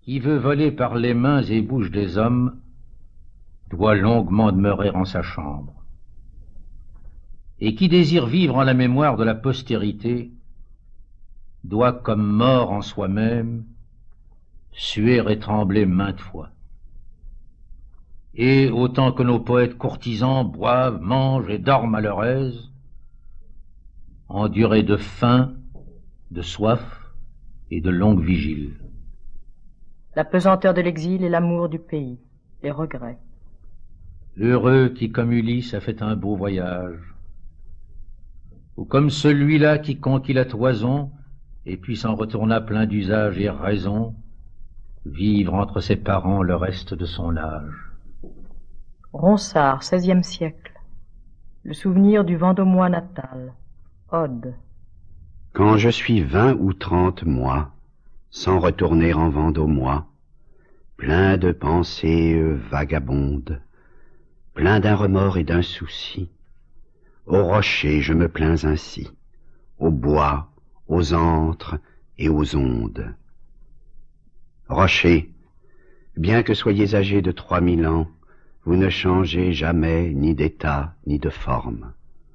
Qui veut voler par les mains et bouches des hommes doit longuement demeurer en sa chambre. Et qui désire vivre en la mémoire de la postérité doit, comme mort en soi-même, suer et trembler maintes fois. Et autant que nos poètes courtisans boivent, mangent et dorment à leur aise, endurer de faim, de soif et de longues vigiles. La pesanteur de l'exil et l'amour du pays, les regrets. L'heureux qui, comme Ulysse, a fait un beau voyage, ou comme celui-là qui conquit la toison, et puis s'en retourna plein d'usage et raison, vivre entre ses parents le reste de son âge. Ronsard, XVIe siècle. Le souvenir du Vendômois natal. Ode. Quand je suis 20 ou 30 mois, sans retourner en Vendômois, plein de pensées vagabondes, plein d'un remords et d'un souci, aux rochers je me plains ainsi, aux bois, aux antres et aux ondes. Rochers, bien que soyez âgés de 3000 ans, vous ne changez jamais ni d'état ni de forme.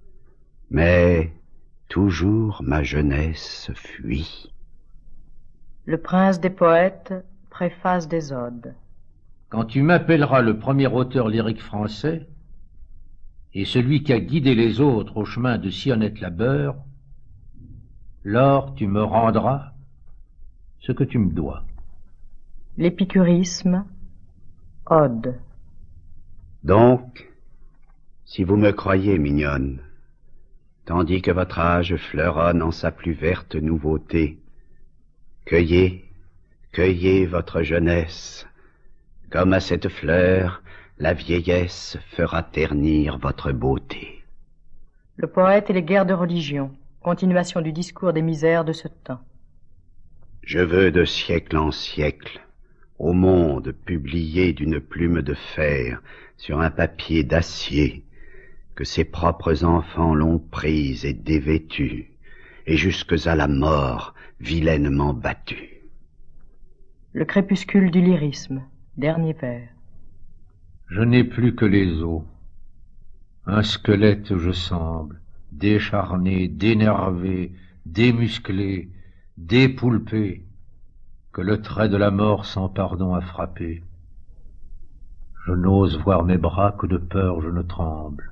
Mais toujours ma jeunesse fuit. Le prince des poètes, préface des odes. Quand tu m'appelleras le premier auteur lyrique français, et celui qui a guidé les autres au chemin de si honnête labeur, lors tu me rendras ce que tu me dois. L'épicurisme, Ode. Donc, si vous me croyez mignonne, tandis que votre âge fleuronne en sa plus verte nouveauté, cueillez, cueillez votre jeunesse, comme à cette fleur, la vieillesse fera ternir votre beauté. Le poète et les guerres de religion, continuation du discours des misères de ce temps. Je veux de siècle en siècle, au monde publié d'une plume de fer sur un papier d'acier, que ses propres enfants l'ont prise et dévêtue, et jusques à la mort vilainement battue. Le crépuscule du lyrisme, dernier vers. Je n'ai plus que les os, un squelette je semble, décharné, dénervé, démusclé, dépoulpé, que le trait de la mort sans pardon a frappé. Je n'ose voir mes bras, que de peur je ne tremble.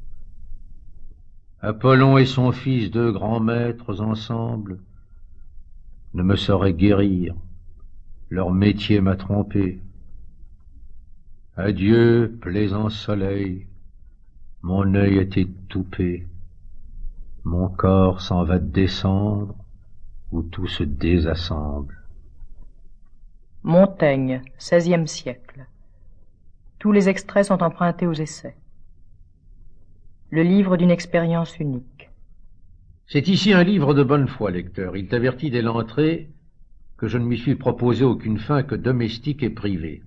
Apollon et son fils, deux grands maîtres ensemble, ne me sauraient guérir, leur métier m'a trompé. Adieu, plaisant soleil, mon œil est étoupé, mon corps s'en va descendre, où tout se désassemble. Montaigne, XVIe siècle. Tous les extraits sont empruntés aux essais. Le livre d'une expérience unique. C'est ici un livre de bonne foi, lecteur. Il t'avertit dès l'entrée que je ne m'y suis proposé aucune fin que domestique et privée.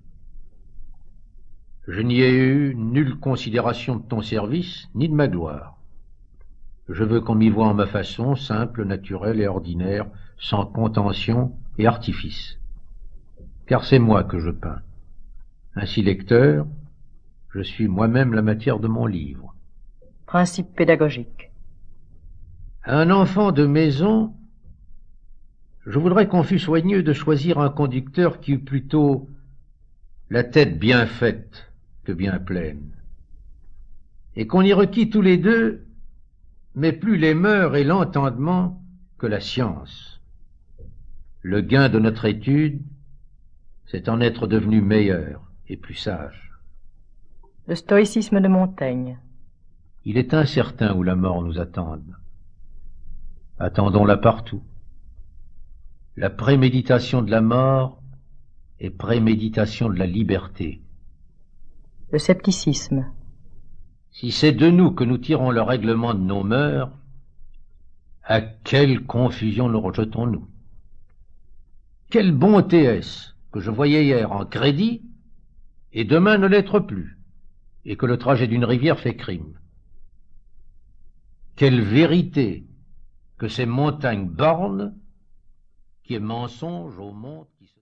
Je n'y ai eu nulle considération de ton service, ni de ma gloire. Je veux qu'on m'y voie en ma façon, simple, naturelle et ordinaire, sans contention et artifice. Car c'est moi que je peins. Ainsi, lecteur, je suis moi-même la matière de mon livre. Principe pédagogique. À un enfant de maison, je voudrais qu'on fût soigneux de choisir un conducteur qui eût plutôt la tête bien faite que bien pleine, et qu'on y requît tous les deux, mais plus les mœurs et l'entendement que la science. Le gain de notre étude, c'est en être devenu meilleur et plus sage. Le stoïcisme de Montaigne. Il est incertain où la mort nous attende. Attendons-la partout. La préméditation de la mort est préméditation de la liberté. Le scepticisme. Si c'est de nous que nous tirons le règlement de nos mœurs, à quelle confusion nous rejetons-nous? Quelle bonté est-ce que je voyais hier en crédit et demain ne l'être plus, et que le trajet d'une rivière fait crime? Quelle vérité que ces montagnes bornes qui est mensonge au monde qui se...